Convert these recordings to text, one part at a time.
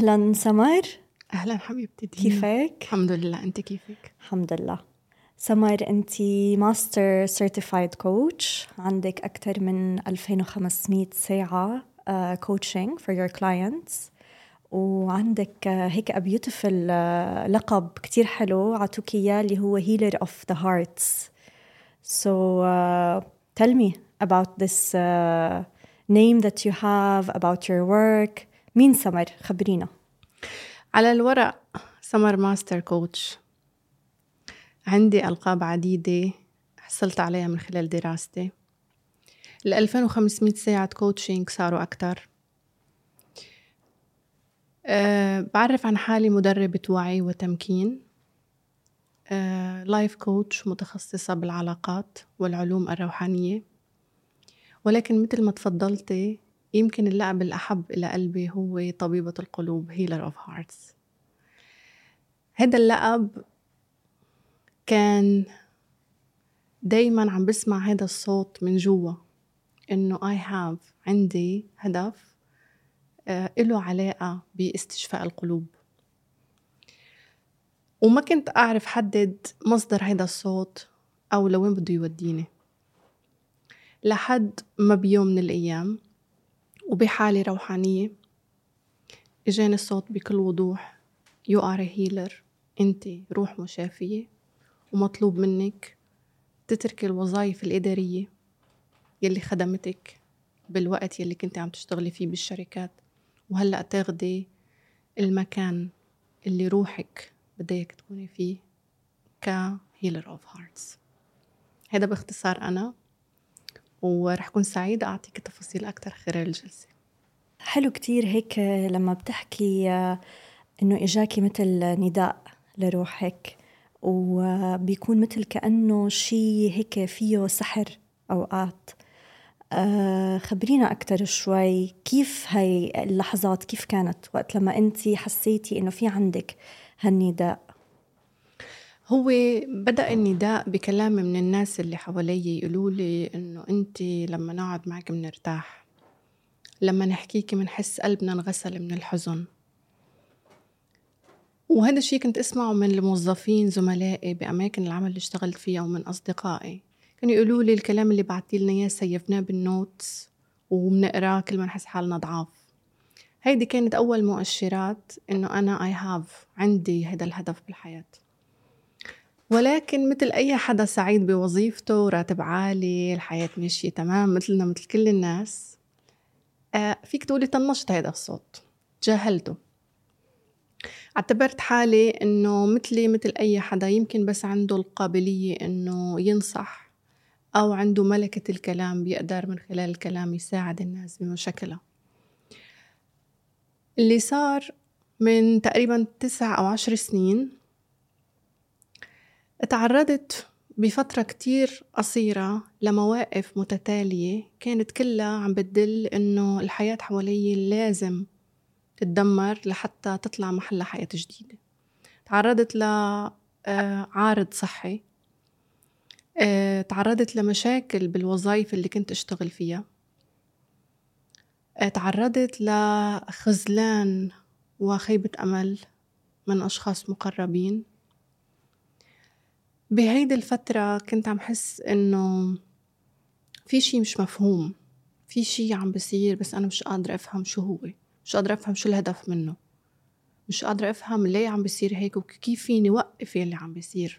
أهلا سمر. أهلا حبيبتي دينا. كيفك؟ الحمد لله، أنت كيفك؟ الحمد لله. سمر، أنت ماستر سيرتيفايد كوتش، عندك أكثر من 2500 ساعة coaching for your clients، وعندك هيك a beautiful لقب كتير حلو عطوك إياه اللي هو healer of the hearts. So tell me about this name that you have, about your work. مين سمر؟ خبرينا. على الورق سمر ماستر كوتش. عندي ألقاب عديدة حصلت عليها من خلال دراستي. 2500 ساعة كوتشينج صاروا أكتر. بعرف عن حالي مدربة وعي وتمكين، لايف كوتش متخصصة بالعلاقات والعلوم الروحانية. ولكن مثل ما تفضلتي، يمكن اللقب الأحب إلى قلبي هو طبيبة القلوب، healer of hearts. هذا اللقب كان دايما عم بسمع هذا الصوت من جوا، إنه عندي هدف له علاقة باستشفاء القلوب، وما كنت أعرف حدد مصدر هذا الصوت أو لوين بده يوديني، لحد ما بيوم من الأيام وبحالة روحانية إجاني الصوت بكل وضوح: You are a healer. أنت روح مشافية، ومطلوب منك تتركي الوظائف الإدارية يلي خدمتك بالوقت يلي كنت عم تشتغلي فيه بالشركات، وهلأ تاخدي المكان اللي روحك بدك تكوني فيه healer of hearts. هذا باختصار أنا، ورح كون سعيدة أعطيك تفاصيل أكتر خلال الجلسة. حلو كتير هيك لما بتحكي إنه إجاكي مثل نداء لروحك، وبيكون مثل كأنه شيء هيك فيه سحر أوقات. خبرينا أكتر شوي، كيف هاي اللحظات كيف كانت وقت لما أنتي حسيتي إنه في عندك هالنداء؟ هو بدأ النداء بكلام من الناس اللي حوالي يقولوا لي إنه أنت لما نقعد معك منرتاح، لما نحكيكي منحس قلبنا انغسل من الحزن. وهذا الشيء كنت أسمعه من الموظفين زملائي بأماكن العمل اللي اشتغلت فيها ومن أصدقائي، كانوا يقولوا لي الكلام اللي بعتي لنا إياه سيفناه بالنوتس ومنقراه كل ما نحس حالنا ضعاف. هيدي كانت أول مؤشرات إنه أنا عندي هذا الهدف بالحياة. ولكن مثل أي حدا سعيد بوظيفته وراتب عالي، الحياة ماشية تمام مثلنا مثل كل الناس، فيك تقولي طنشت هذا الصوت، جاهلته. اعتبرت حالي إنه مثلي مثل أي حدا، يمكن بس عنده القابلية إنه ينصح أو عنده ملكة الكلام، بيقدر من خلال الكلام يساعد الناس بمشاكلها. اللي صار من تقريبا 9 أو 10 سنين، تعرضت بفترة كتير قصيرة لمواقف متتالية كانت كلها عم بتدل إنه الحياة حوالي لازم تتدمر لحتى تطلع محلها حياة جديدة. تعرضت لعارض صحي، تعرضت لمشاكل بالوظائف اللي كنت أشتغل فيها، تعرضت لخذلان وخيبة أمل من أشخاص مقربين. بهيدي الفترة كنت عم حس إنه في شيء مش مفهوم، في شيء عم بصير بس أنا مش قادرة أفهم شو هو، مش قادرة أفهم شو الهدف منه، مش قادرة أفهم ليه عم بصير هيك وكيف فيني وقف يلي عم بصير.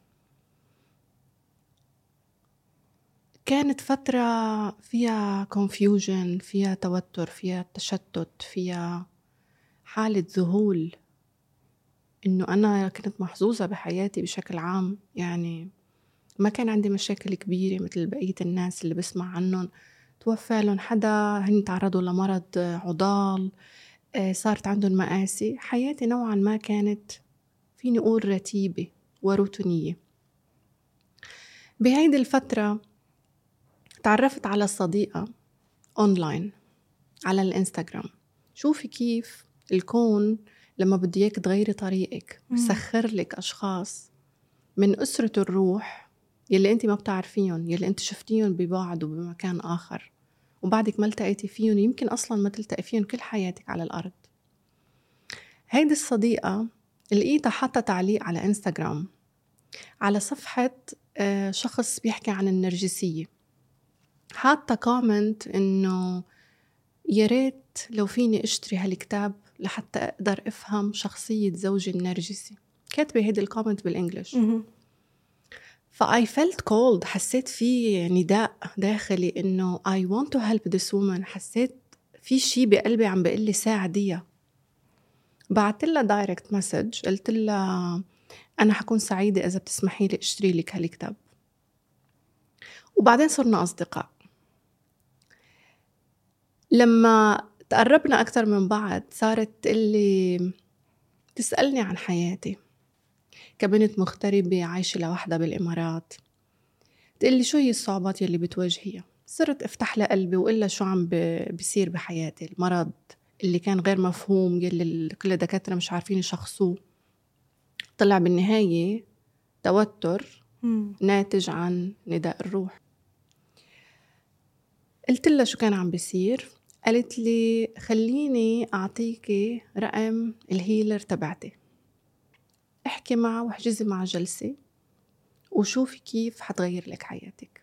كانت فترة فيها confusion، فيها توتر، فيها تشتت، فيها حالة ذهول. إنه أنا كنت محظوظة بحياتي بشكل عام، يعني ما كان عندي مشاكل كبيرة مثل بقية الناس اللي بسمع عنهم توفى لهم حدا، هن تعرضوا لمرض عضال، صارت عندهم مآسي. حياتي نوعا ما كانت فيني أقول رتيبة وروتينية. بهيدي الفترة تعرفت على صديقة أونلاين على الإنستغرام. شوفي كيف الكون لما بدي إياك تغيري طريقك بسخر لك أشخاص من أسرة الروح يلي أنت ما بتعرفيهم، يلي أنت شفتيهم ببعض وبمكان آخر، وبعدك ما التقيتي فيهم، يمكن أصلا ما تلتقي فيهم كل حياتك على الأرض. هيدي الصديقة لقيتها حاطة تعليق على إنستغرام على صفحة شخص بيحكي عن النرجسية، حاطة كومنت إنه يا ريت لو فيني أشتري هالكتاب لحتى أقدر أفهم شخصية زوجي النرجسي. كاتبة هيدي الكومنت بالإنجليش. I felt cold، حسيت في نداء داخلي إنه I want to help this woman. حسيت في شي بقلبي عم بقلي ساعديها. بعت لها دايركت مسج، قلت لها أنا حكون سعيدة إذا بتسمحي لي أشتري لك هالكتاب. وبعدين صرنا أصدقاء. لما تقربنا أكتر من بعض صارت تقلي تسألني عن حياتي كبنت مغتربة عايشة لوحدها بالإمارات. تقلي شو هي الصعوبات يلي بتواجهيها. صرت افتح لها قلبي وقلها شو عم بيصير بحياتي، المرض اللي كان غير مفهوم يلي كل الدكاترة مش عارفين يشخصوه، طلع بالنهاية توتر ناتج عن نداء الروح. قلت لها شو كان عم بيصير. قالت لي خليني أعطيكي رقم الهيلر تبعتي، احكي معه واحجزي مع جلسة وشوفي كيف حتغير لك حياتك.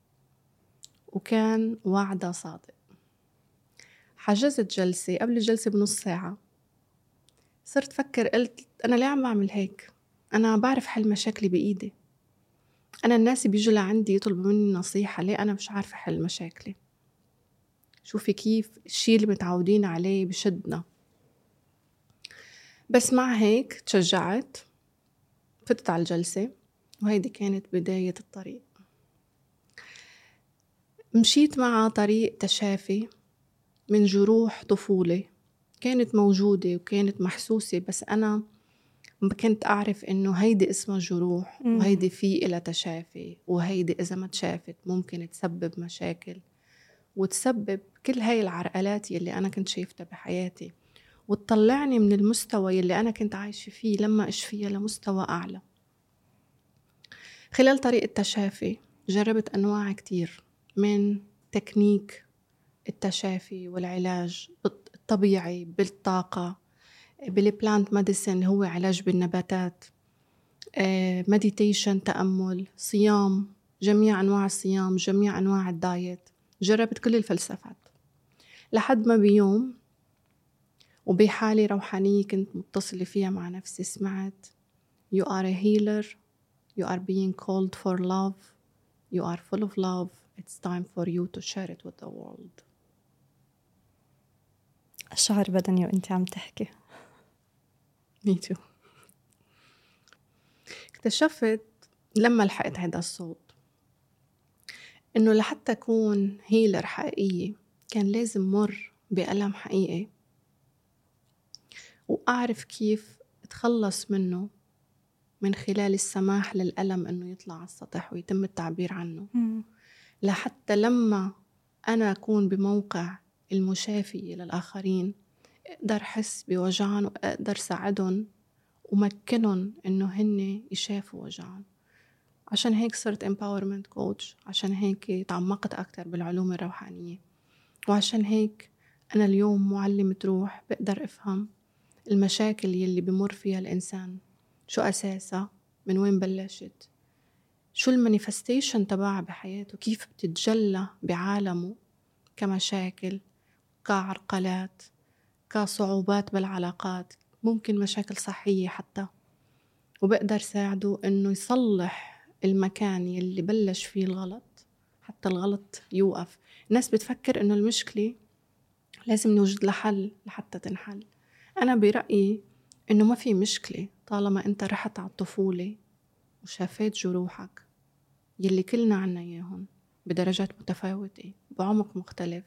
وكان وعدها صادق. حجزت جلسة، قبل الجلسة بنص ساعة صرت فكر، قلت أنا ليه عم بعمل هيك؟ أنا بعرف حل مشاكلي بإيدي. أنا الناس بيجوا لعندي يطلبوا مني نصيحة، ليه أنا مش عارفة حل مشاكلي؟ شوفي كيف الشيء اللي متعودين عليه بشدنا. بس مع هيك تشجعت، فتت على الجلسة، وهيدي كانت بداية الطريق. مشيت مع طريق تشافي من جروح طفولة كانت موجودة وكانت محسوسة، بس أنا ما كنت أعرف إنه هيدي اسمها جروح وهيدي في إلها تشافي، وهيدي إذا ما تشافت ممكن تسبب مشاكل وتسبب كل هاي العرقلات يلي أنا كنت شايفتها بحياتي، وتطلعني من المستوى يلي أنا كنت عايشة فيه لما أشفيها لمستوى أعلى. خلال طريق التشافي جربت أنواع كتير من تكنيك التشافي والعلاج الطبيعي بالطاقة، بالبلانت ميديسين اللي هو علاج بالنباتات، مديتيشن تأمل، صيام، جميع أنواع الصيام، جميع أنواع الدايت. جربت كل الفلسفات لحد ما بيوم وبحالة روحانية كنت متصلة فيها مع نفسي سمعت You are a healer, you are being called for love, you are full of love, it's time for you to share it with the world. الشعر بدني وانت عم تحكي. Me too. اكتشفت لما لحقت هذا الصوت إنه لحتى أكون هيلر حقيقية كان لازم مر بألم حقيقي وأعرف كيف أتخلص منه من خلال السماح للألم إنه يطلع على السطح ويتم التعبير عنه. لحتى لما أنا أكون بموقع المشافي للآخرين أقدر أحس بوجعهم وأقدر ساعدهم ومكنهم إنه هن يشافوا وجعهم. عشان هيك صرت empowerment coach، عشان هيك تعمقت أكتر بالعلوم الروحانية، وعشان هيك أنا اليوم معلمة روح بقدر أفهم المشاكل يلي بمر فيها الإنسان، شو أساسها، من وين بلشت، شو المانيفستيشن تبعها بحياته، كيف بتتجلى بعالمه كمشاكل، كعرقلات، كصعوبات بالعلاقات، ممكن مشاكل صحية حتى، وبقدر ساعده إنه يصلح المكان يلي بلش فيه الغلط حتى الغلط يوقف. الناس بتفكر إنه المشكلة لازم نوجد لها حل لحتى تنحل. أنا برأيي إنه ما في مشكلة طالما أنت رحت على الطفولة وشافيت جروحك يلي كلنا عنا إياهم بدرجات متفاوتة بعمق مختلف.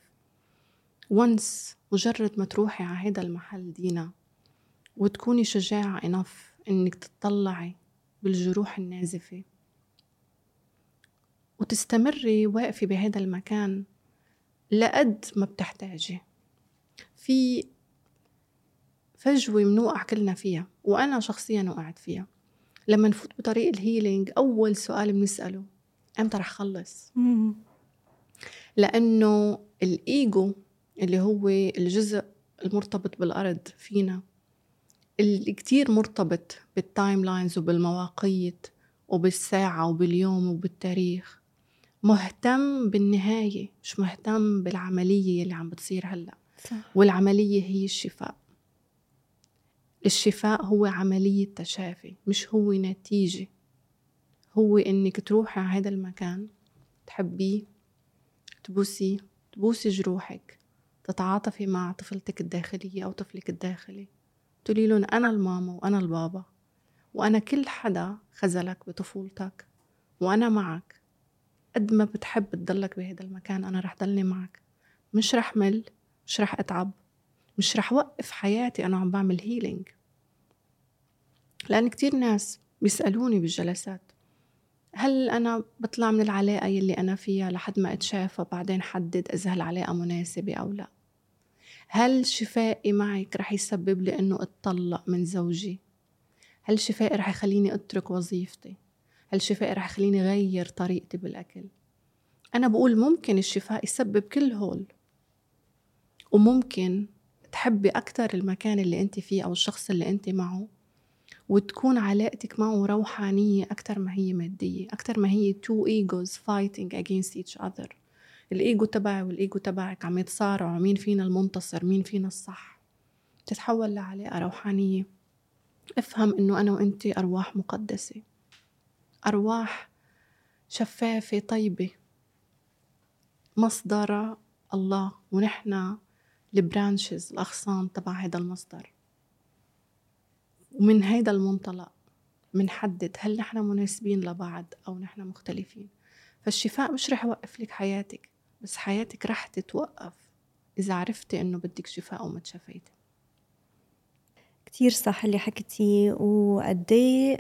مجرد ما تروحي على هذا المحل دينا وتكوني شجاعة enough إنك تطلعي بالجروح النازفة وتستمري واقفة بهذا المكان لقد ما بتحتاجي. في فجوة منوقع كلنا فيها، وأنا شخصيا وقعت فيها. لما نفوت بطريق الهيلينج أول سؤال بنسأله أمتى رح خلص؟ لأنه الإيجو اللي هو الجزء المرتبط بالأرض فينا اللي كتير مرتبط بالتايم لاينز وبالمواقيت وبالساعة وباليوم وبالتاريخ، مهتم بالنهاية، مش مهتم بالعملية اللي عم بتصير هلأ. صح. والعملية هي الشفاء. الشفاء هو عملية تشافي، مش هو نتيجة. هو إنك تروحي على هذا المكان تحبيه، تبوسي جروحك، تتعاطفي مع طفلتك الداخلية أو طفلك الداخلي، تقولي لهم أنا الماما وأنا البابا وأنا كل حدا خذلك بطفولتك وأنا معك. قد ما بتحب تضلك بهذا المكان أنا رح ضلني معك، مش رح مل، مش رح أتعب، مش رح وقف حياتي أنا عم بعمل هيلينج. لأن كتير ناس بيسألوني بالجلسات هل أنا بطلع من العلاقة يلي أنا فيها لحد ما أتشافى بعدين حدد إذا هالعلاقة مناسبة أو لا؟ هل شفائي معك رح يسبب لي أنه أتطلق من زوجي؟ هل شفائي رح يخليني أترك وظيفتي؟ هل شفائي رح يخليني غير طريقتي بالأكل؟ أنا بقول ممكن الشفاء يسبب كل هول، وممكن تحبي أكتر المكان اللي أنت فيه أو الشخص اللي أنت معه، وتكون علاقتك معه روحانية أكتر ما هي مادية، أكتر ما هي two egos fighting against each other. الإيجو تبعي والإيجو تبعك عم يتصارعوا مين فينا المنتصر، مين فينا الصح. تتحول لعلاقة روحانية. افهم إنه أنا وإنتي أرواح مقدسة، أرواح شفافة طيبة، مصدر الله، ونحن البرانشز، الأغصان تبع هذا المصدر. ومن هذا المنطلق منحدد هل نحن مناسبين لبعض أو نحن مختلفين. فالشفاء مش رح يوقف لك حياتك، بس حياتك رح تتوقف إذا عرفتي إنه بدك شفاء وما تشفيتي. كتير صح اللي حكيتي. وقدي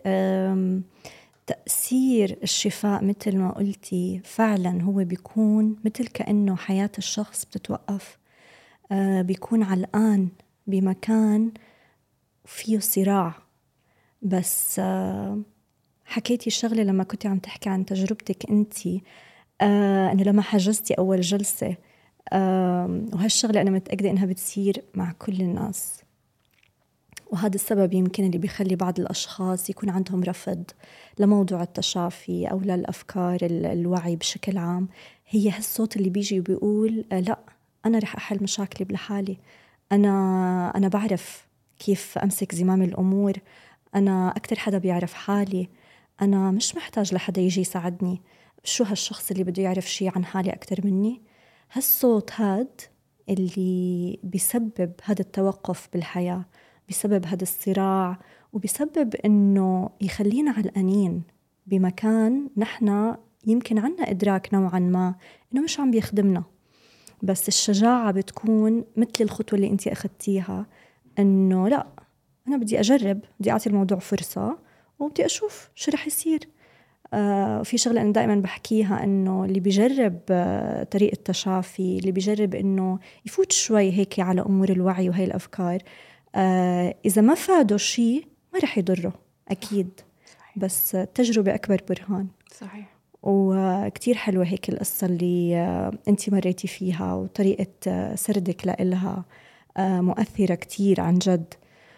تأثير الشفاء مثل ما قلتي فعلا هو بيكون مثل كأنه حياة الشخص بتتوقف. بيكون علقان بمكان فيه صراع. بس حكيتي الشغلة لما كنت عم تحكي عن تجربتك انتي، انه لما حجزتي اول جلسة، وهالشغلة انا متأكدة انها بتصير مع كل الناس. وهذا السبب يمكن اللي بيخلي بعض الأشخاص يكون عندهم رفض لموضوع التشافي أو للأفكار الوعي بشكل عام. هي هالصوت اللي بيجي وبيقول لا، أنا رح أحل مشاكلي بلحالي، أنا بعرف كيف أمسك زمام الأمور، أنا أكتر حدا بيعرف حالي، أنا مش محتاج لحدا يجي يساعدني. شو هالشخص اللي بده يعرف شي عن حالي أكتر مني؟ هالصوت هاد اللي بيسبب هذا التوقف بالحياة، بسبب هذا الصراع، وبسبب إنه يخلينا علقانين بمكان نحن يمكن عنا إدراك نوعا ما إنه مش عم بيخدمنا. بس الشجاعة بتكون مثل الخطوة اللي أنتي أخذتيها، إنه لا، أنا بدي أجرب، بدي أعطي الموضوع فرصة وبدي أشوف شو رح يصير. في شغلة أنا دائما بحكيها، إنه اللي بيجرب طريقة تشافي، اللي بيجرب إنه يفوت شوي هيك على أمور الوعي وهي الأفكار، إذا ما فادوا شيء ما رح يضره أكيد. صحيح. بس التجربة أكبر برهان. صحيح. وكتير حلوة هيك القصة اللي أنتي مريتي فيها، وطريقة سردك لإلها مؤثرة كتير عن جد.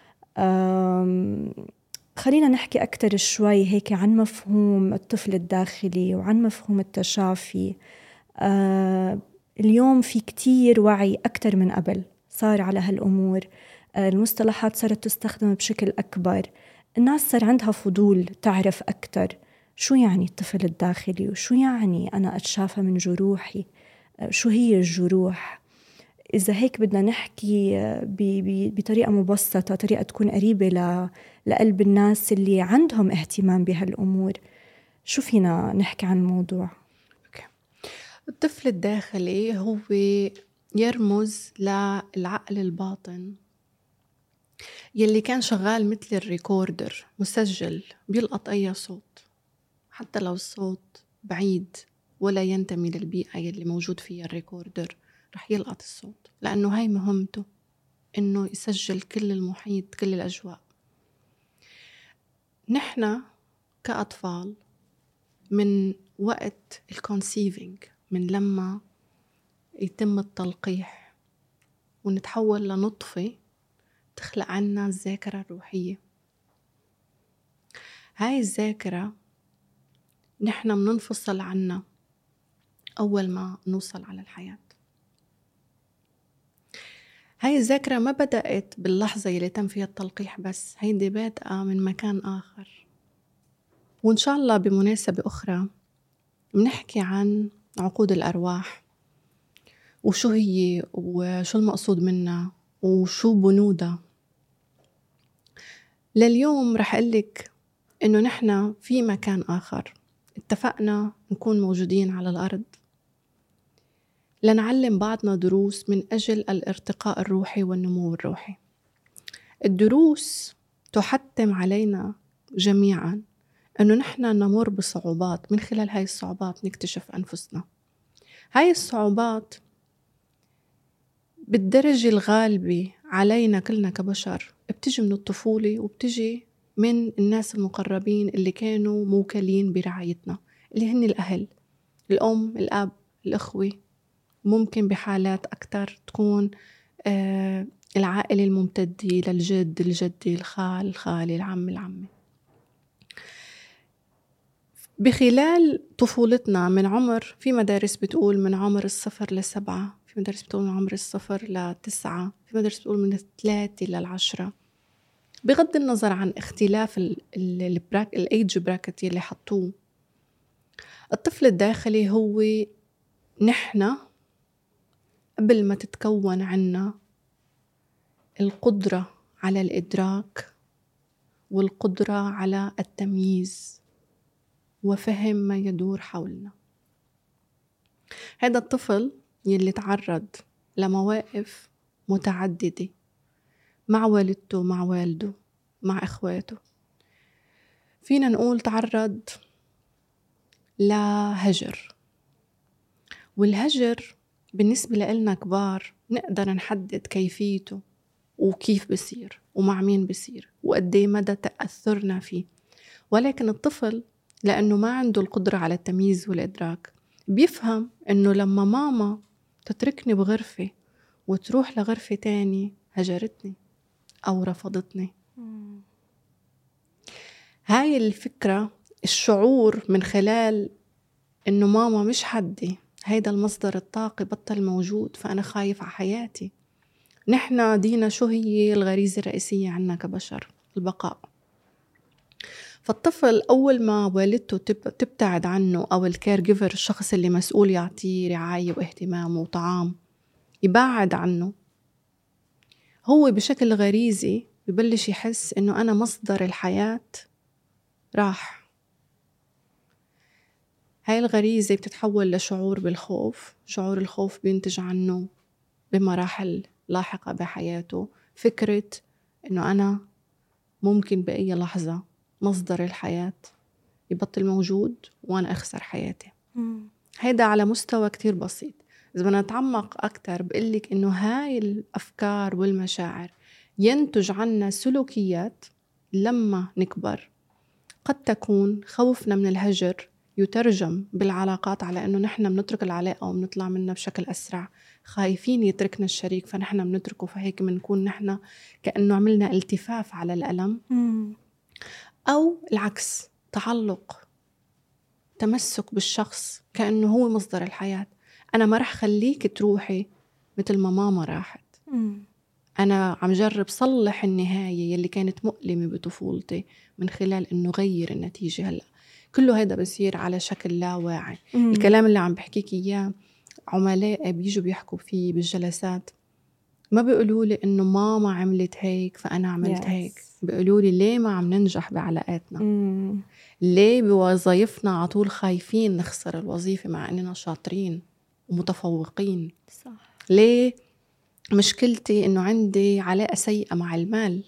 خلينا نحكي أكتر شوي هيك عن مفهوم الطفل الداخلي وعن مفهوم التشافي. اليوم في كتير وعي أكتر من قبل صار على هالأمور. المصطلحات صارت تستخدم بشكل أكبر. الناس صار عندها فضول تعرف أكتر شو يعني الطفل الداخلي، وشو يعني أنا أتشافى من جروحي، شو هي الجروح. إذا هيك بدنا نحكي بطريقة مبسطة، طريقة تكون قريبة لقلب الناس اللي عندهم اهتمام بهالأمور، شو فينا نحكي عن الموضوع؟ الطفل الداخلي هو يرمز للعقل الباطن يلي كان شغال مثل الريكوردر، مسجل بيلقط أي صوت، حتى لو الصوت بعيد ولا ينتمي للبيئة يلي موجود فيها الريكوردر رح يلقط الصوت، لأنه هاي مهمته، إنه يسجل كل المحيط، كل الأجواء. نحن كأطفال من وقت الكونسيفينج، من لما يتم التلقيح ونتحول لنطفة، تخلق عنا الذاكرة الروحية. هاي الذاكرة نحن مننفصل عنها أول ما نوصل على الحياة. هاي الذاكرة ما بدأت باللحظة اللي تم فيها التلقيح بس، هيدي بادئة من مكان آخر. وإن شاء الله بمناسبة أخرى بنحكي عن عقود الأرواح وشو هي وشو المقصود منها وشو بنودها. لليوم رح أقلك إنه نحن في مكان آخر اتفقنا نكون موجودين على الأرض لنعلم بعضنا دروس من أجل الارتقاء الروحي والنمو الروحي. الدروس تحتم علينا جميعا أنه نحن نمر بصعوبات، من خلال هاي الصعوبات نكتشف أنفسنا. هاي الصعوبات بالدرجة الغالبة علينا كلنا كبشر بتجي من الطفولة وبتجي من الناس المقربين اللي كانوا موكلين برعايتنا، اللي هن الأهل، الأم، الأب، الأخوة، ممكن بحالات أكتر تكون العائلة الممتدة للجد، الجدة، الخال، الخالة، العم، العمة. بخلال طفولتنا من عمر، في مدارس بتقول من عمر 0 ل7، في مدارس بتقول من عمر 0 ل9، في مدارس بتقول من 3 ل10. بغض النظر عن اختلاف الأيج براكت اللي حطوه، الطفل الداخلي هو نحن قبل ما تتكون عنا القدرة على الإدراك والقدرة على التمييز وفهم ما يدور حولنا. هذا الطفل يلي تعرض لمواقف متعددة مع والدته، مع والده، مع إخواته، فينا نقول تعرض لهجر. والهجر بالنسبة لنا كبار نقدر نحدد كيفيته وكيف بصير ومع مين بصير وقديه مدى تأثرنا فيه. ولكن الطفل لأنه ما عنده القدرة على التمييز والإدراك بيفهم أنه لما ماما تتركني بغرفة وتروح لغرفة تاني هجرتني أو رفضتني. هاي الفكرة، الشعور من خلال أنه ماما مش حدي، هيدا المصدر الطاقة بطل موجود، فأنا خايف على حياتي. نحن دينا شو هي الغريزة الرئيسية عنا كبشر؟ البقاء. فالطفل أول ما والدته تبتعد عنه أو الكير جيفر، الشخص اللي مسؤول يعطيه رعاية واهتمام وطعام، يبعد عنه، هو بشكل غريزي ببلش يحس إنه أنا مصدر الحياة راح. هاي الغريزة بتتحول لشعور بالخوف. شعور الخوف بينتج عنه بمراحل لاحقة بحياته فكرة إنه أنا ممكن بأي لحظة مصدر الحياة يبطل موجود وأنا أخسر حياتي. هيدا على مستوى كتير بسيط. إذا بدنا نتعمق أكتر بقلك إنه هاي الأفكار والمشاعر ينتج عنا سلوكيات لما نكبر قد تكون خوفنا من الهجر يترجم بالعلاقات على إنه نحن بنترك العلاقة وبنطلع منها بشكل أسرع، خايفين يتركنا الشريك فنحن بنتركه، فهيك بنكون نحن كأنه عملنا التفاف على الألم. أو العكس، تعلق، تمسك بالشخص كأنه هو مصدر الحياة. أنا ما رح خليك تروحي مثل ما ماما راحت، أنا عم جرب صلح النهاية يلي كانت مؤلمة بطفولتي من خلال إنه غير النتيجة. هلأ كله هيدا بصير على شكل لا واعي. الكلام اللي عم بحكيك إياه عملاء بيجوا بيحكوا فيه بالجلسات، ما بيقولوا لي إنه ماما عملت هيك فأنا عملت هيك، بيقولوا لي ليه ما عم ننجح بعلاقاتنا، ليه بوظائفنا عطول خايفين نخسر الوظيفة مع أننا شاطرين ومتفوقين، صح. ليه مشكلتي إنه عندي علاقة سيئة مع المال.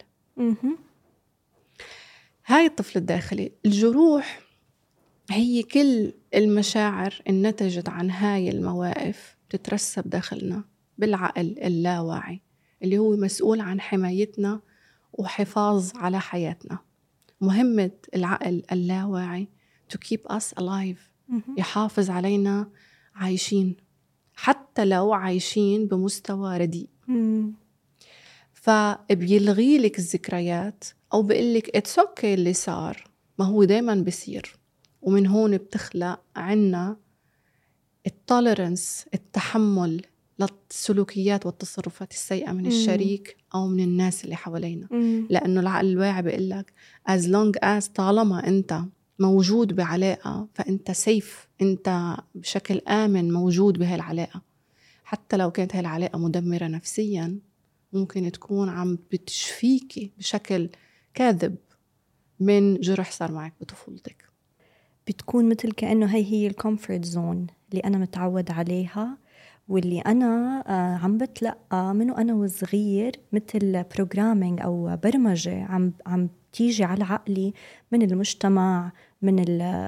هاي الطفل الداخلي. الجروح هي كل المشاعر النتجت عن هاي المواقف تترسب داخلنا بالعقل اللاواعي اللي هو مسؤول عن حمايتنا وحفاظ على حياتنا. مهمة العقل اللاواعي to keep us alive، يحافظ علينا عايشين حتى لو عايشين بمستوى رديء. فبيلغي لك الذكريات أو بيقلك اتس اوكي اللي صار، ما هو دايما بيصير. ومن هون بتخلق عنا التوليرنس، التحمل للسلوكيات والتصرفات السيئة من الشريك أو من الناس اللي حوالينا. لأنه العقل الواعي بيقلك as long as طالما أنت موجود بعلاقة فأنت سيف، أنت بشكل آمن موجود بهاي العلاقة. حتى لو كانت هاي العلاقة مدمرة نفسيا، ممكن تكون عم بتشفيكي بشكل كاذب من جرح صار معك بطفولتك. بتكون مثل كأنه هي الكومفورت زون اللي أنا متعود عليها، واللي أنا عم بتلقى منه أنا وصغير مثل بروجرامينج أو برمجة عم تيجي على عقلي من المجتمع، من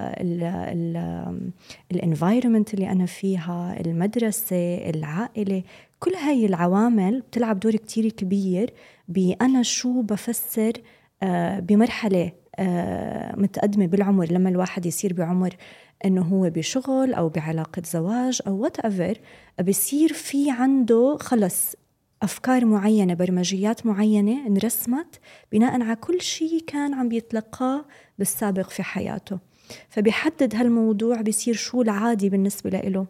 الانفايرومنت اللي أنا فيها، المدرسة، العائلة. كل هاي العوامل بتلعب دور كتير كبير بأنا شو بفسر بمرحلة متقدمة بالعمر، لما الواحد يصير بعمر إنه هو بشغل أو بعلاقة زواج أو whatever، بيصير في عنده خلص أفكار معينة، برمجيات معينة انرسمت بناء على كل شيء كان عم بيتلقاه بالسابق في حياته. فبيحدد هالموضوع، بيصير شو العادي بالنسبة له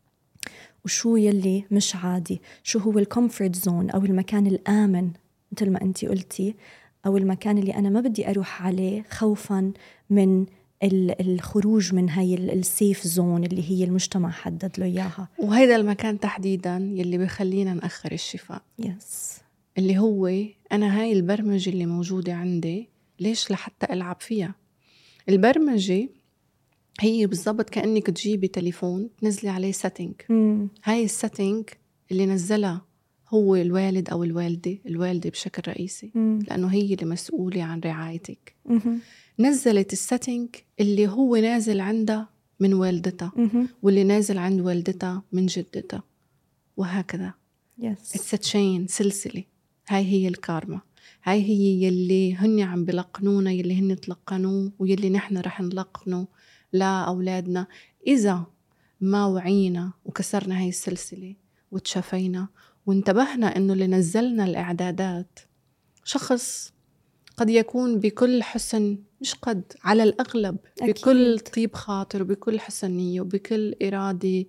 وشو يلي مش عادي، شو هو الكومفورت زون أو المكان الآمن مثل ما أنتي قلتي، أو المكان اللي أنا ما بدي أروح عليه خوفاً من الخروج من هاي السيف زون اللي هي المجتمع حدد له إياها. وهيدا المكان تحديداً يلي بيخلينا نأخر الشفاء. yes. اللي هو أنا هاي البرمجة اللي موجودة عندي ليش لحتى ألعب فيها؟ البرمجة هي بالضبط كأنك تجيبي تليفون تنزلي عليه سيتنج. هاي السيتنج اللي نزلها هو الوالد أو الوالدة بشكل رئيسي، لأنه هي اللي مسؤولة عن رعايتك. نزلت السيتنج اللي هو نازل عندها من والدتها، واللي نازل عند والدتها من جدتها، وهكذا. It's a chain، سلسلة. هاي هي الكارما، هاي هي يلي هن عم بلقنونا، يلي هن تلقنوه ويلي نحن رح نلقنه لأولادنا إذا ما وعينا وكسرنا هاي السلسلة وتشافينا وانتبهنا إنه اللي نزلنا الإعدادات شخص قد يكون بكل حسن، مش قد، على الأغلب أكيد. بكل طيب خاطر وبكل حسن نية وبكل إرادة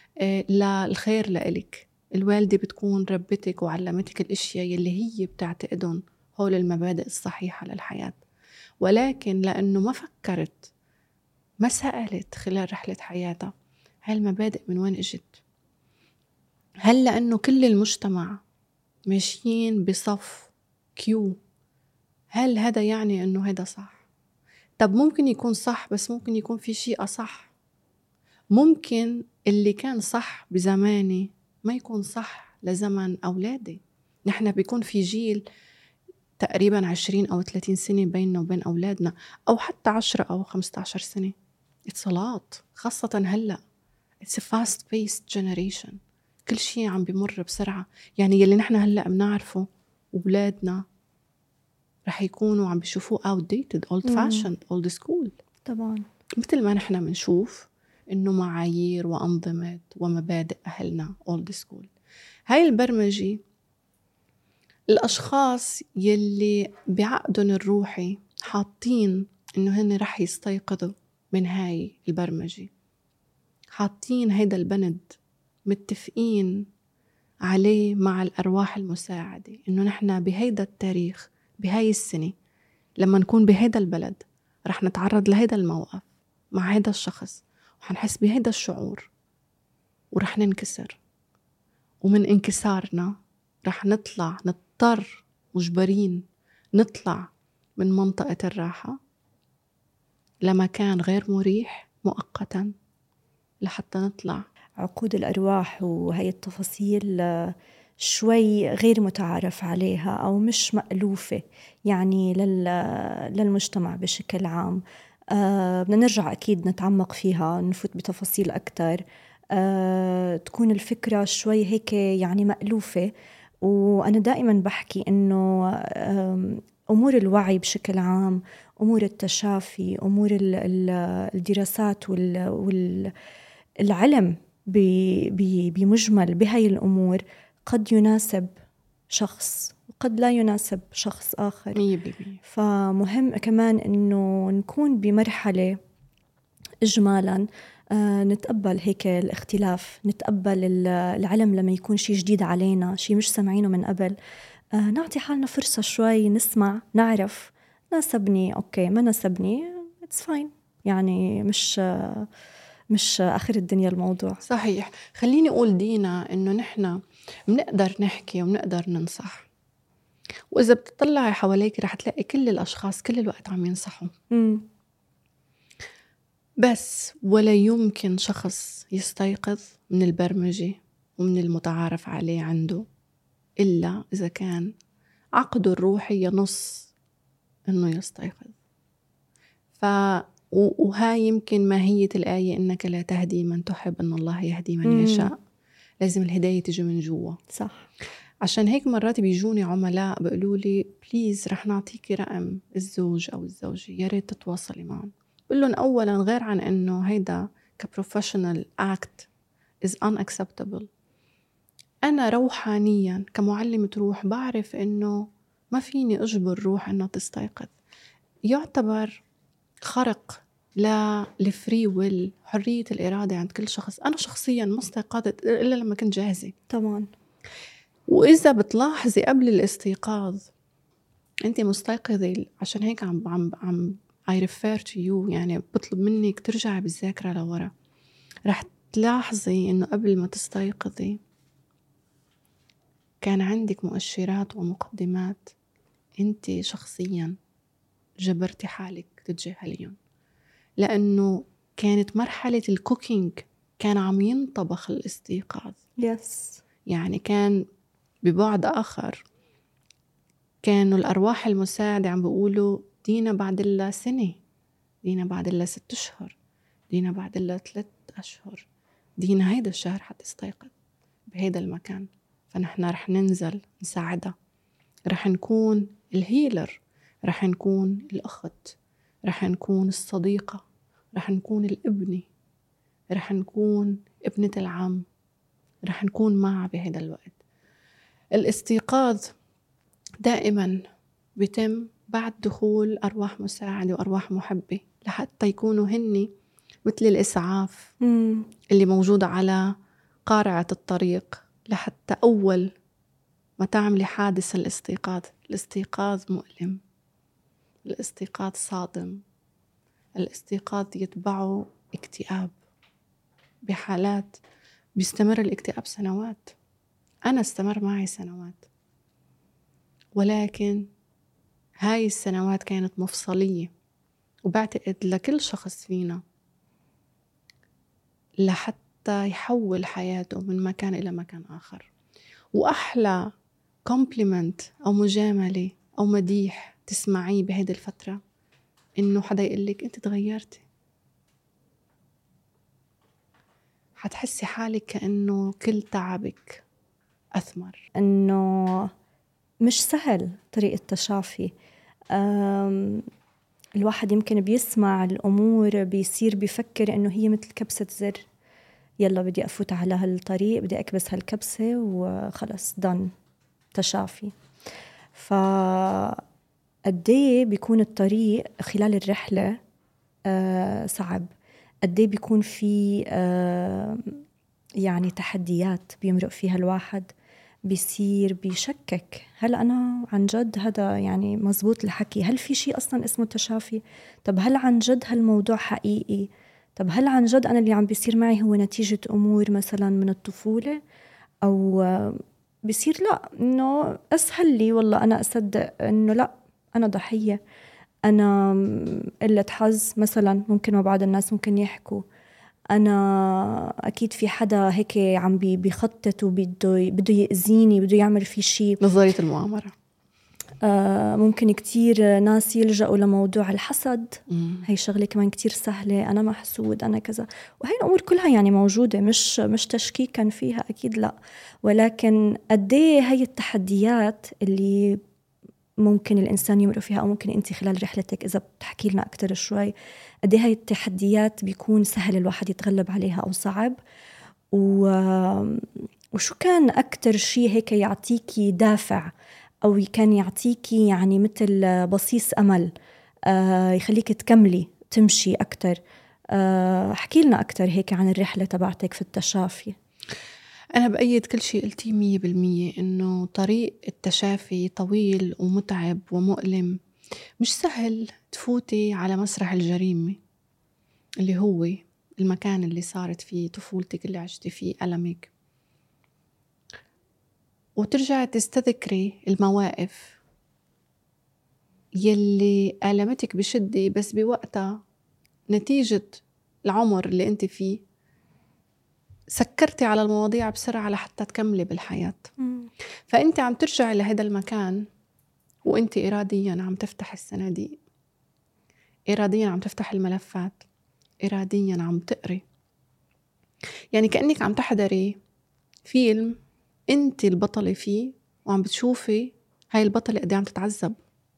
للخير لإلك. الوالدة بتكون ربتك وعلمتك الأشياء يلي هي بتعتقدهم هول المبادئ الصحيحة للحياة، ولكن لأنه ما فكرت، ما سألت خلال رحلة حياتها هاي المبادئ من وين اجت. هل لأنه كل المجتمع ماشيين بصف كيو، هل هذا يعني أنه هذا صح؟ طب ممكن يكون صح، بس ممكن يكون في شيء أصح. ممكن اللي كان صح بزماني ما يكون صح لزمن أولادي. نحن بيكون في جيل تقريبا 20 أو 30 سنة بيننا وبين أولادنا، أو حتى 10 أو 15 سنة. اتصالات خاصة هلأ It's a fast paced generation، كل شيء عم بيمر بسرعة. يعني يلي نحن هلأ بنعرفه أولادنا رح يكونوا عم بيشوفوه outdated, old fashioned, old school. طبعا مثل ما نحن بنشوف إنه معايير وأنظمة ومبادئ أهلنا old school. هاي البرمجة الأشخاص يلي بعقدهم الروحي حاطين إنه هن رح يستيقظوا من هاي البرمجة، حاطين هيدا البند، متفقين عليه مع الأرواح المساعدة إنه نحن بهيدا التاريخ بهاي السنة لما نكون بهيدا البلد رح نتعرض لهيدا الموقف مع هيدا الشخص وحنحس بهيدا الشعور ورح ننكسر، ومن انكسارنا رح نضطر مجبرين نطلع من منطقة الراحة لمكان غير مريح مؤقتا لحتى نطلع. عقود الأرواح وهي التفاصيل شوي غير متعارف عليها أو مش مألوفة يعني للمجتمع بشكل عام. بدنا نرجع أكيد نتعمق فيها، نفوت بتفاصيل أكتر، تكون الفكرة شوي هيك يعني مألوفة. وأنا دائما بحكي إنه أمور الوعي بشكل عام، أمور التشافي، أمور الدراسات والعلم بمجمل بهاي الأمور قد يناسب شخص وقد لا يناسب شخص آخر. 100%. فمهم كمان إنه نكون بمرحلة إجمالاً نتقبل هيك الاختلاف، نتقبل العلم لما يكون شيء جديد علينا، شيء مش سمعينه من قبل. نعطي حالنا فرصة شوي نسمع، نعرف ناسبني أوكي، ما ناسبني it's fine، يعني مش آخر الدنيا الموضوع. صحيح. خليني أقول دينا إنه نحن بنقدر نحكي وبنقدر ننصح، وإذا بتطلعي حواليك رح تلاقي كل الأشخاص كل الوقت عم ينصحوا. بس ولا يمكن شخص يستيقظ من البرمجة ومن المتعارف عليه عنده إلا إذا كان عقده الروحي ينص إنه يستيقظ. وهاي يمكن ماهية الآية إنك لا تهدي من تحب إن الله يهدي من يشاء. لازم الهداية تجي من جوا. صح. عشان هيك مرات بيجوني عملاء بيقولوا لي بليز رح نعطيكي رقم الزوج أو الزوجة، يا ريت تتواصلي معهم. بقول لهم أولا غير عن إنه هيدا كبروفيشنال act is unacceptable، أنا روحانيا كمعلمة روح بعرف إنه ما فيني أجبر روح إنه تستيقظ. يعتبر خرق للفري ويل، حرية الإرادة عند كل شخص. أنا شخصيا ما استيقظت إلا لما كنت جاهزة طبعا. وإذا بتلاحظي قبل الاستيقاظ أنت مستيقظة، عشان هيك عم I refer to you، يعني بطلب منك ترجعي بالذاكرة لورا، رح تلاحظي إنه قبل ما تستيقظي كان عندك مؤشرات ومقدمات أنت شخصيا جبرتي حالك تتجاهليهم، لأنه كانت مرحلة الكوكينج، كان عم ينطبخ الاستيقاظ. yes. يعني كان ببعد آخر كانوا الأرواح المساعدة عم بيقولوا دينا بعد الله سنة، دينا بعد الله 6 أشهر، دينا بعد الله 3 أشهر، دينا هيدا الشهر حتستيقظ بهيدا المكان. فنحن رح ننزل نساعدها، رح نكون الهيلر، رح نكون الأخت، رح نكون الصديقة، رح نكون الابنة، رح نكون ابنة العم، رح نكون معها بهذا الوقت. الاستيقاظ دائما بيتم بعد دخول أرواح مساعدة وأرواح محبة، لحتى يكونوا هني مثل الإسعاف اللي موجودة على قارعة الطريق، لحتى أول ما تعملي حادث الاستيقاظ مؤلم، الاستيقاظ صادم، الاستيقاظ يتبعه اكتئاب. بحالات بيستمر الاكتئاب سنوات، أنا استمر معي سنوات، ولكن هاي السنوات كانت مفصلية، وبعتقد لكل شخص فينا لحتى يحول حياته من مكان إلى مكان آخر. وأحلى كومبليمنت أو مجاملة أو مديح تسمعيه بهذه الفترة إنه حدا يقولك أنت تغيرتي، حتحسي حالك كأنه كل تعبك أثمر. إنه مش سهل طريق التشافي. الواحد يمكن بيسمع الأمور بيصير بيفكر إنه هي مثل كبسة زر، يلا بدي أفوت على هالطريق، بدي أكبس هالكبسة وخلص دن تشافي. فقديه بيكون الطريق خلال الرحلة صعب، قديه بيكون في يعني تحديات بيمرق فيها الواحد، بيصير بيشكك هل أنا عن جد هذا يعني مزبوط الحكي، هل في شيء أصلا اسمه تشافي، طب هل عن جد هالموضوع حقيقي، طب هل عن جد أنا اللي عم بيصير معي هو نتيجة أمور مثلا من الطفولة، أو بيصير لا إنه أسهل لي والله أنا أصدق إنه لا أنا ضحية، أنا قلة حظ مثلا، ممكن وبعض الناس ممكن يحكوا أنا أكيد في حدا هيك عم بيخطط وبده يأذيني، بده يعمل في شيء، نظرية المؤامرة. ممكن كتير ناس يلجأوا لموضوع الحسد، هي شغلة كمان كتير سهلة، أنا محسود، أنا كذا، وهي الأمور كلها يعني موجودة، مش تشكيكا فيها أكيد لا، ولكن قديه هي التحديات اللي ممكن الإنسان يمر فيها، أو ممكن أنت خلال رحلتك إذا بتحكي لنا أكتر شوي قديه هاي التحديات بيكون سهل الواحد يتغلب عليها أو صعب، وشو كان أكتر شيء هيك يعطيكي دافع أو كان يعطيكي يعني مثل بصيص أمل يخليك تكملي تمشي أكتر؟ احكي لنا أكتر هيك عن الرحلة تبعتك في التشافي. أنا بأيد كل شيء قلتيه 100%، إنه طريق التشافي طويل ومتعب ومؤلم. مش سهل تفوتي على مسرح الجريمة اللي هو المكان اللي صارت فيه طفولتك، اللي عشتي فيه ألمك، وترجع تستذكري المواقف يلي ألمتك بشدة، بس بوقتها نتيجة العمر اللي انت فيه سكرتي على المواضيع بسرعة لحتى تكملي بالحياة. فانت عم ترجعي لهذا المكان وانت إرادياً عم تفتح الصناديق، إرادياً عم تفتح الملفات، إرادياً عم تقري. يعني كأنك عم تحضري فيلم انت البطلة فيه، وعم بتشوفي هاي البطلة قد عم تتعذب.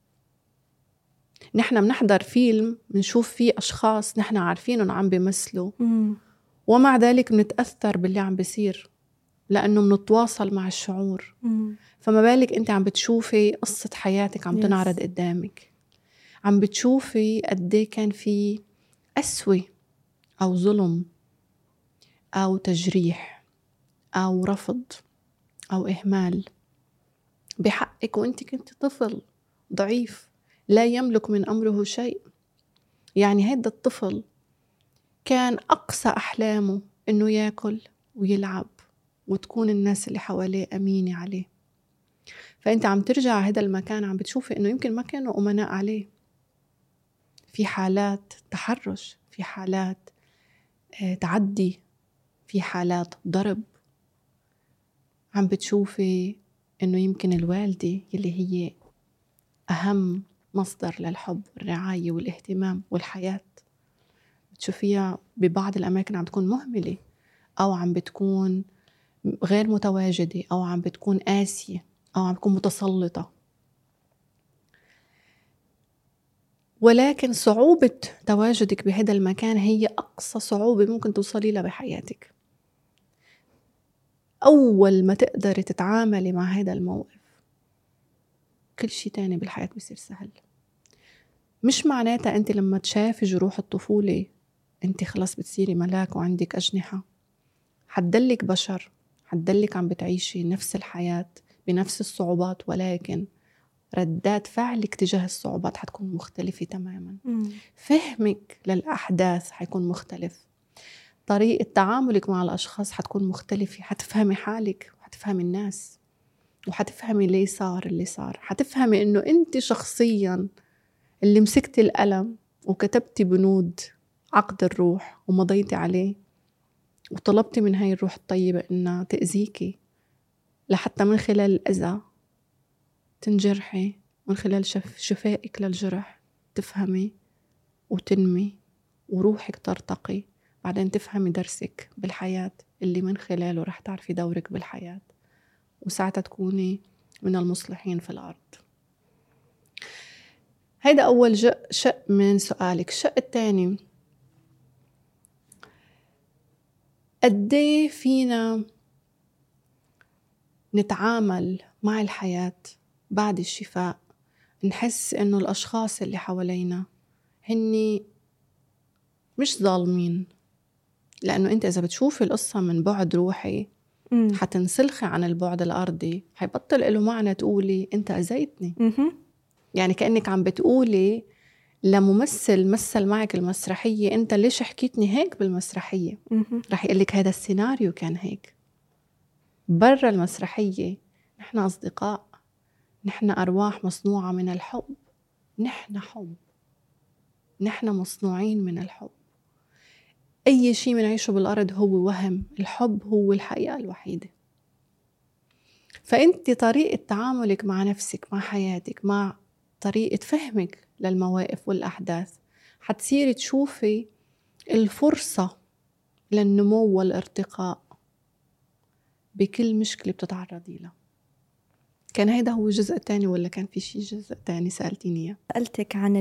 نحن بنحضر فيلم بنشوف فيه أشخاص نحن عارفينهم عم بيمثلوا، ومع ذلك بنتأثر باللي عم بيصير لأنه بنتواصل مع الشعور. فما بالك أنت عم بتشوفي قصة حياتك عم تنعرض قدامك، عم بتشوفي قديه كان في قسوة أو ظلم أو تجريح أو رفض أو إهمال بحقك، وأنت كنت طفل ضعيف لا يملك من أمره شيء. يعني هيدا الطفل كان أقصى أحلامه إنه يأكل ويلعب وتكون الناس اللي حواليه أمينة عليه. فأنت عم ترجع هذا المكان عم بتشوفي إنه يمكن ما كانوا أمناء عليه، في حالات تحرش، في حالات تعدي، في حالات ضرب. عم بتشوفي إنه يمكن الوالدة اللي هي أهم مصدر للحب والرعاية والاهتمام والحياة، بتشوفيها ببعض الأماكن عم تكون مهملة، أو عم بتكون غير متواجدة، أو عم بتكون قاسية، أو عم بتكون متسلطة. ولكن صعوبة تواجدك بهذا المكان هي أقصى صعوبة ممكن توصلي لها بحياتك. أول ما تقدري تتعاملي مع هذا الموقف كل شيء تاني بالحياة بيصير سهل. مش معناتها أنت لما تشافي جروح الطفولة أنت خلاص بتصيري ملاك وعندك أجنحة. حتدلك بشر، حتدلك عم بتعيشي نفس الحياة بنفس الصعوبات، ولكن ردات فعلك تجاه الصعوبات حتكون مختلفة تماما. فهمك للأحداث حيكون مختلف، طريقة تعاملك مع الأشخاص حتكون مختلفة. حتفهمي حالك وحتفهمي الناس، وحتفهمي ليه صار اللي صار. حتفهمي إنه أنت شخصيا اللي مسكتي القلم وكتبتي بنود عقد الروح ومضيتي عليه، وطلبتي من هاي الروح الطيبة إنها تأذيكي لحتى من خلال الأذى تنجرحي، من خلال شفائك للجرح تفهمي وتنمي وروحك ترتقي. بعدين تفهمي درسك بالحياة اللي من خلاله رح تعرفي دورك بالحياة، وساعتها تكوني من المصلحين في الأرض. هيدا أول شق من سؤالك. الشق الثاني، قديه فينا نتعامل مع الحياة بعد الشفاء، نحس إنه الأشخاص اللي حوالينا هني مش ظالمين. لأنه أنت إذا بتشوفي القصة من بعد روحي حتنسلخي عن البعد الأرضي، حيبطل له معنى تقولي أنت أذيتني. يعني كأنك عم بتقولي لممثل مثل معك المسرحية أنت ليش حكيتني هيك بالمسرحية؟ رح يقلك هذا السيناريو كان هيك. برا المسرحية نحن أصدقاء، نحن أرواح مصنوعة من الحب، نحن حب، نحن مصنوعين من الحب. أي شيء منعيشه بالأرض هو وهم، الحب هو الحقيقة الوحيدة. فأنت طريقة تعاملك مع نفسك، مع حياتك، مع طريقة فهمك للمواقف والأحداث حتصيري تشوفي الفرصة للنمو والارتقاء بكل مشكلة بتتعرضي لها. كان هيدا هو الجزء الثاني ولا كان في شيء جزء ثاني سألتيني إياه؟ سألتك عن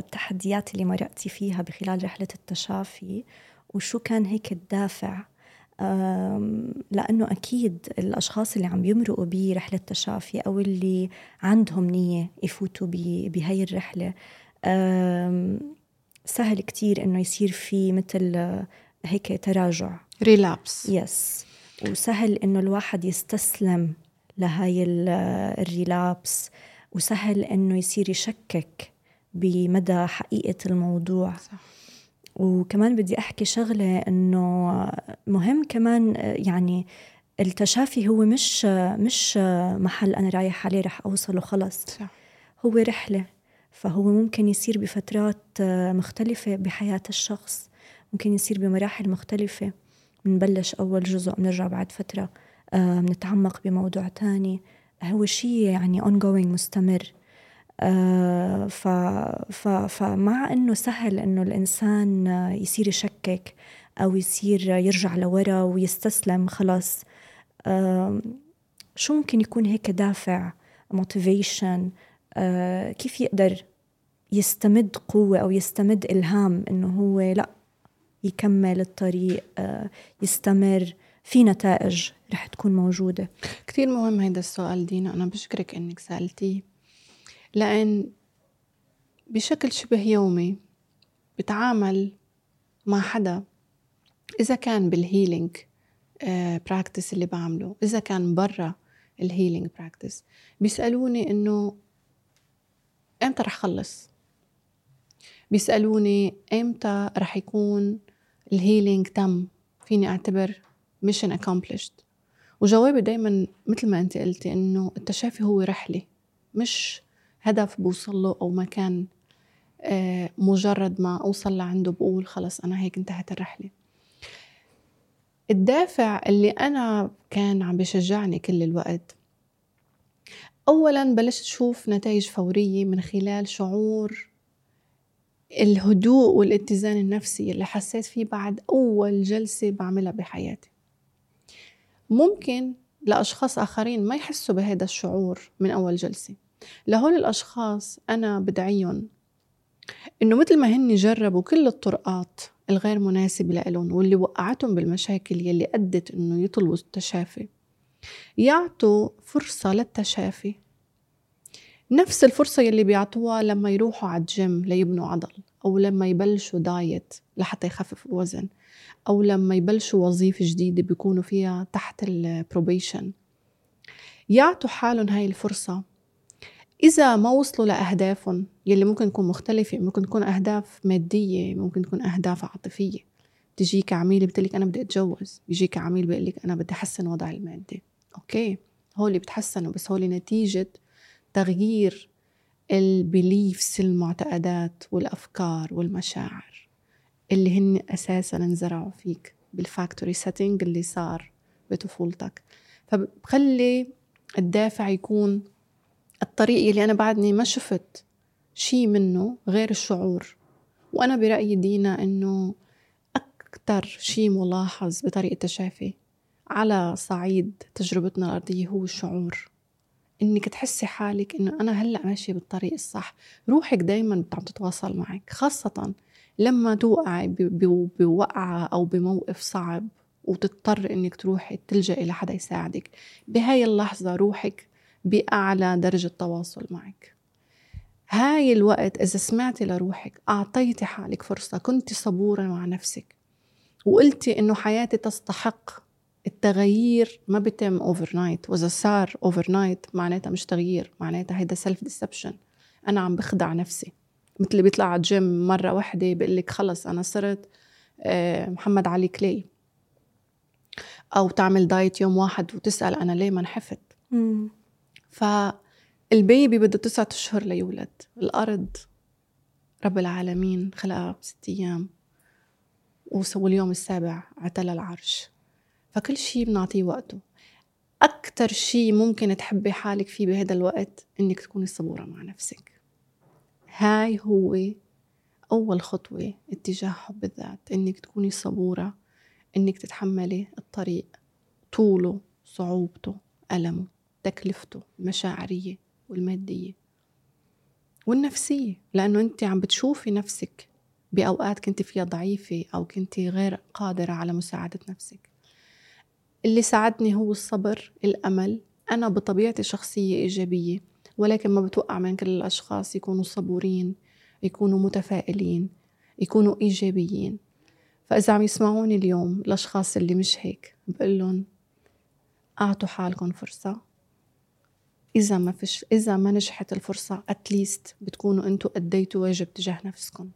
التحديات اللي مرقتي فيها بخلال رحلة التشافي، وشو كان هيك الدافع لأنه أكيد الأشخاص اللي عم يمرقوا برحلة تشافي أو اللي عندهم نية يفوتوا بهاي الرحلة، سهل كتير إنه يصير في مثل هيك تراجع، ريلابس. يس. وسهل إنه الواحد يستسلم لهاي الريلابس، وسهل إنه يصير يشكك بمدى حقيقة الموضوع. صح. وكمان بدي أحكي شغلة إنه مهم كمان، يعني التشافي هو مش محل أنا رايح عليه رح أوصل وخلص. صح. هو رحلة، فهو ممكن يصير بفترات مختلفة بحياة الشخص، ممكن يصير بمراحل مختلفة. منبلش أول جزء، منرجع بعد فترة منتعمق بموضوع تاني. هو شيء يعني ongoing مستمر. فمع أنه سهل أنه الإنسان يصير يشكك أو يصير يرجع لورا ويستسلم خلاص، شو ممكن يكون هيك دافع motivation، كيف يقدر يستمد قوة أو يستمد إلهام إنه هو لا يكمل الطريق، يستمر في نتائج رح تكون موجودة. كتير مهم هيدا السؤال دينا، أنا بشكرك إنك سألتيه، لأن بشكل شبه يومي بتعامل مع حدا، إذا كان بالهيلينج براكتس اللي بعمله، إذا كان برا الهيلينج براكتس، بيسألوني إنه إمتى رح خلص، بيسألوني إمتى رح يكون الهيلينج تم، فيني أعتبر mission accomplished. وجوابي دايما مثل ما أنت قلتي، إنه التشافي هو رحلة، مش هدف بوصل له أو مكان مجرد ما أوصل لعنده بقول خلص أنا هيك انتهت الرحلة. الدافع اللي أنا كان عم بشجعني كل الوقت، أولاً بلشت أشوف نتائج فورية من خلال شعور الهدوء والاتزان النفسي اللي حسيت فيه بعد أول جلسة بعملها بحياتي. ممكن لأشخاص آخرين ما يحسوا بهذا الشعور من أول جلسة. لهول الأشخاص أنا بدعيهم إنه مثل ما هني جربوا كل الطرقات الغير مناسبة لإلهم واللي وقعتهم بالمشاكل يلي أدت إنه يطلبوا التشافي، يعطوا فرصة للتشافي، نفس الفرصة يلي بيعطوها لما يروحوا على الجيم ليبنوا عضل، أو لما يبلشوا دايت لحتى يخففوا وزن، أو لما يبلشوا وظيفة جديدة بيكونوا فيها تحت البروبيشن. يعطوا حالهم هاي الفرصة. إذا ما وصلوا لأهدافهم يلي ممكن تكون مختلفة، ممكن تكون أهداف مادية، ممكن تكون أهداف عاطفية. تجيك عميل بتقلك أنا بدي أتجوز، يجيك عميل بيقلك أنا بدي أحسن وضعي المادي. أوكي، هولي بتحسنوا، بس هولي نتيجة تغيير البيليفز، المعتقدات والأفكار والمشاعر اللي هن أساساً انزرعوا فيك بالفاكتوري سيتنج اللي صار بطفولتك. فبخلي الدافع يكون الطريق اللي أنا بعدني ما شفت شيء منه غير الشعور. وأنا برأيي دينا إنه أكتر شيء ملاحظ بطريقة التشافي على صعيد تجربتنا الأرضية هو الشعور، إنك تحسي حالك إنه أنا هلأ ماشية بالطريق الصح. روحك دايما عم تتواصل معك، خاصة لما توقعي بوقعة أو بموقف صعب وتضطر إنك تروحي تلجأي لحدا يساعدك. بهاي اللحظة روحك بأعلى درجة تواصل معك. هاي الوقت إذا سمعتي لروحك، أعطيتي حالك فرصة، كنت صبورة مع نفسك وقلتي إنه حياتي تستحق التغيير، ما بيتم overnight. وإذا صار overnight معناتها مش تغيير، معناتها هيدا self deception. أنا عم بخدع نفسي، مثل اللي بيطلع على الجيم مرة واحدة بيقلك خلص أنا صرت محمد علي كلاي، أو تعمل دايت يوم واحد وتسأل أنا ليه ما نحفت. فالبيبي بده 9 أشهر ليولد. الأرض رب العالمين خلقها ب6 أيام، وسوى اليوم السابع اعتلى العرش. فكل شيء بنعطيه وقته. أكتر شيء ممكن تحبي حالك فيه بهذا الوقت إنك تكوني صبورة مع نفسك. هاي هو أول خطوة اتجاه حب الذات، إنك تكوني صبورة، إنك تتحملي الطريق طوله، صعوبته، ألمه، تكلفته المشاعرية والمادية والنفسية، لأنه أنت عم بتشوفي نفسك بأوقات كنت فيها ضعيفة أو كنت غير قادرة على مساعدة نفسك. اللي ساعدني هو الصبر، الأمل. أنا بطبيعتي شخصية إيجابية، ولكن ما بتوقع من كل الأشخاص يكونوا صبورين، يكونوا متفائلين، يكونوا إيجابيين. فإذا عم يسمعوني اليوم الأشخاص اللي مش هيك، بقول لهم أعطوا حالكم فرصة. إذا ما نجحت الفرصة أتليست بتكونوا أنتوا أديتوا واجب تجاه نفسكم.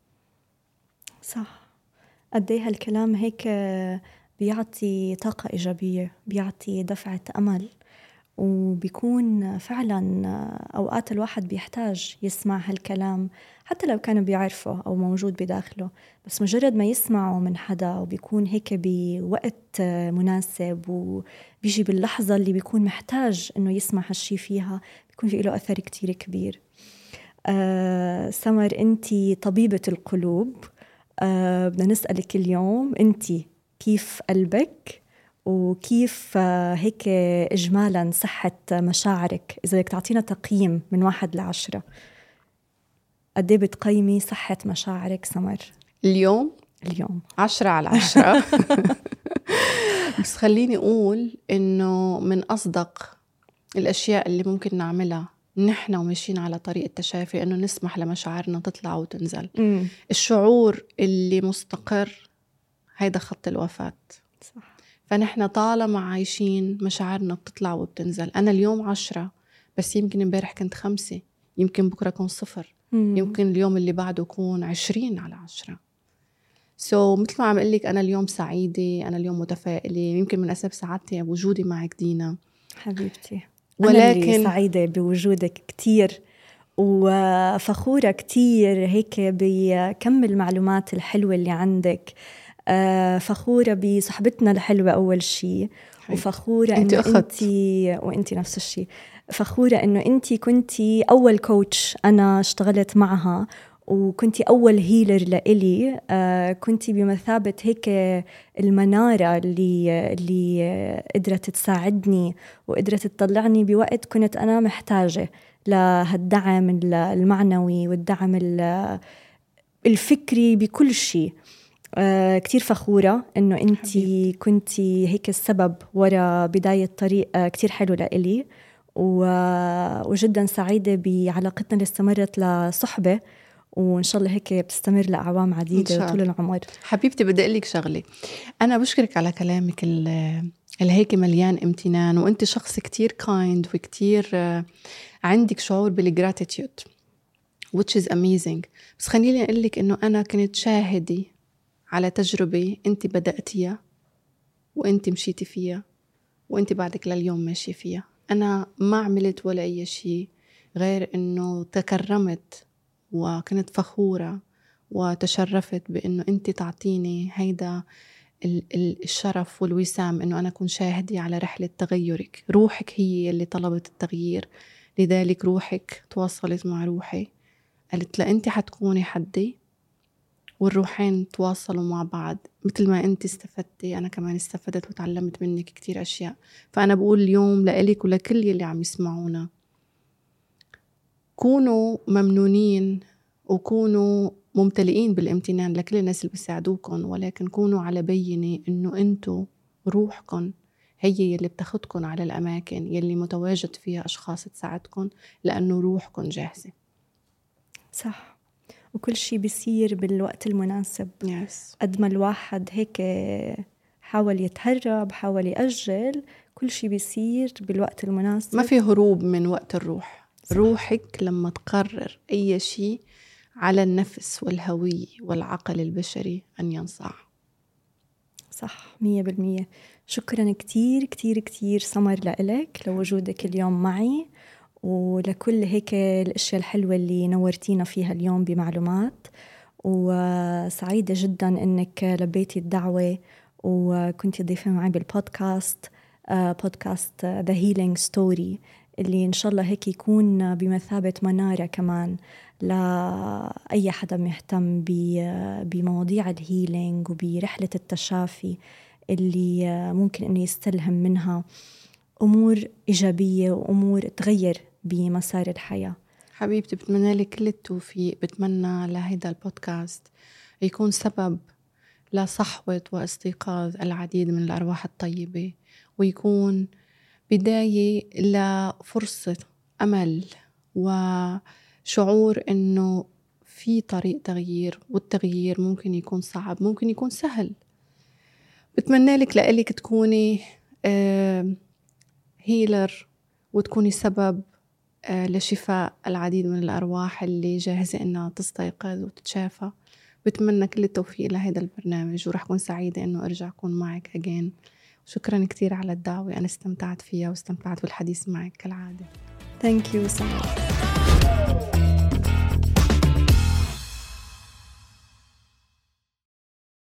صح. قديه هالكلام هيك بيعطي طاقة إيجابية، بيعطي دفعة أمل، وبيكون فعلا أوقات الواحد بيحتاج يسمع هالكلام حتى لو كان بيعرفه أو موجود بداخله، بس مجرد ما يسمعه من حدا وبيكون هيك بوقت مناسب وبيجي باللحظة اللي بيكون محتاج إنه يسمع هالشي فيها، بيكون في له أثر كتير كبير. سمر، أنتي طبيبة القلوب. بدنا نسألك اليوم، أنتي كيف قلبك وكيف هيك إجمالاً صحة مشاعرك؟ إذا بدك تعطينا تقييم من 1 ل10، قد إيه بتقيمي صحة مشاعرك سمر اليوم 10/10. بس خليني أقول إنه من أصدق الأشياء اللي ممكن نعملها نحن وماشيين على طريق التشافي إنه نسمح لمشاعرنا تطلع وتنزل. الشعور اللي مستقر هيدا خط الوفاة. صح. فنحن طالما عايشين مشاعرنا بتطلع وبتنزل. أنا اليوم 10، بس يمكن امبارح كنت 5، يمكن بكرة كون 0، يمكن اليوم اللي بعده كون 20/10. مثل ما عم قلك، أنا اليوم سعيدة، أنا اليوم متفائلة، يمكن من أسباب سعادتي وجودي معك دينا حبيبتي. ولكن أنا اللي سعيدة بوجودك كتير، وفخورة كتير هيك بكم المعلومات الحلوة اللي عندك. فخورة بصحبتنا الحلوة أول شيء، وفخورة إنه أنتي وأنتي نفس الشيء. فخورة إنه أنتي كنتي أول كوتش أنا اشتغلت معها، وكنتي أول هيلر لإلي. كنتي بمثابة هيك المنارة اللي قدرت تساعدني وقدرت تطلعني بوقت كنت أنا محتاجة لهالدعم المعنوي والدعم الفكري بكل شيء. كتير فخورة إنه أنتي كنتي هيك السبب وراء بداية طريق كتير حلو لإلي، وجدا سعيدة بعلاقتنا اللي استمرت لصحبة، وإن شاء الله هيك بتستمر لأعوام عديدة طول العمر. حبيبتي، بدي أقول لك شغلة. أنا بشكرك على كلامك الهيك مليان امتنان، وأنت شخص كتير كايند وكتير عندك شعور بالجراتيتيود which is amazing. بس خليني أقول لك إنه أنا كنت شاهدي على تجربة أنت بدأتيها وأنت مشيتي فيها وأنت بعدك لليوم ماشي فيها. أنا ما عملت ولا أي شيء غير إنه تكرمت وكنت فخورة وتشرفت بإنه أنت تعطيني هيدا الشرف والوسام إنه أنا أكون شاهدي على رحلة تغيرك. روحك هي اللي طلبت التغيير، لذلك روحك تواصلت مع روحي، قالت لا أنت حتكوني حدي، والروحين تواصلوا مع بعض. مثل ما أنت استفدتي أنا كمان استفدت وتعلمت منك كتير أشياء. فأنا بقول اليوم لإلك ولكل يلي عم يسمعونا، كونوا ممنونين وكونوا ممتلئين بالامتنان لكل الناس اللي بيساعدوكم، ولكن كونوا على بينة إنه أنتوا روحكم هي يلي بتاخدكم على الأماكن يلي متواجد فيها أشخاص تساعدكم، لأنه روحكم جاهزة. صح. وكل شيء بيصير بالوقت المناسب. قد ما الواحد هيك حاول يتهرب، حاول يأجل، كل شيء بيصير بالوقت المناسب. ما في هروب من وقت الروح. صح. روحك لما تقرر أي شيء على النفس والهوية والعقل البشري أن ينصاع. صح 100%. شكرا كتير كتير كتير سمر لإلك، لوجودك اليوم معي، ولكل هيك الأشياء الحلوة اللي نورتينا فيها اليوم بمعلومات. وسعيدة جدا إنك لبيتي الدعوة وكنتي ضيفة معي بالبودكاست، بودكاست The Healing Story، اللي إن شاء الله هيك يكون بمثابة منارة كمان لأي حدا مهتم بمواضيع الهيلينج وبرحلة التشافي، اللي ممكن إنه يستلهم منها أمور إيجابية وأمور تغير بمسار الحياة. حبيبتي، بتمنى لك كل التوفيق. بتمنى لهيدا البودكاست يكون سبب لصحوة واستيقاظ العديد من الأرواح الطيبة، ويكون بداية لفرصة أمل وشعور إنه في طريق تغيير، والتغيير ممكن يكون صعب ممكن يكون سهل. بتمنى لك لألك تكوني هيلر وتكوني سبب لشفاء العديد من الأرواح اللي جاهزة إنها تستيقظ وتتشافى. بتمنى كل التوفيق لهذا البرنامج، ورح أكون سعيدة إنه أرجع أكون معك أجين. شكرا كتير على الدعوة، أنا استمتعت فيها واستمتعت بالحديث معك كالعادة. Thank you so much.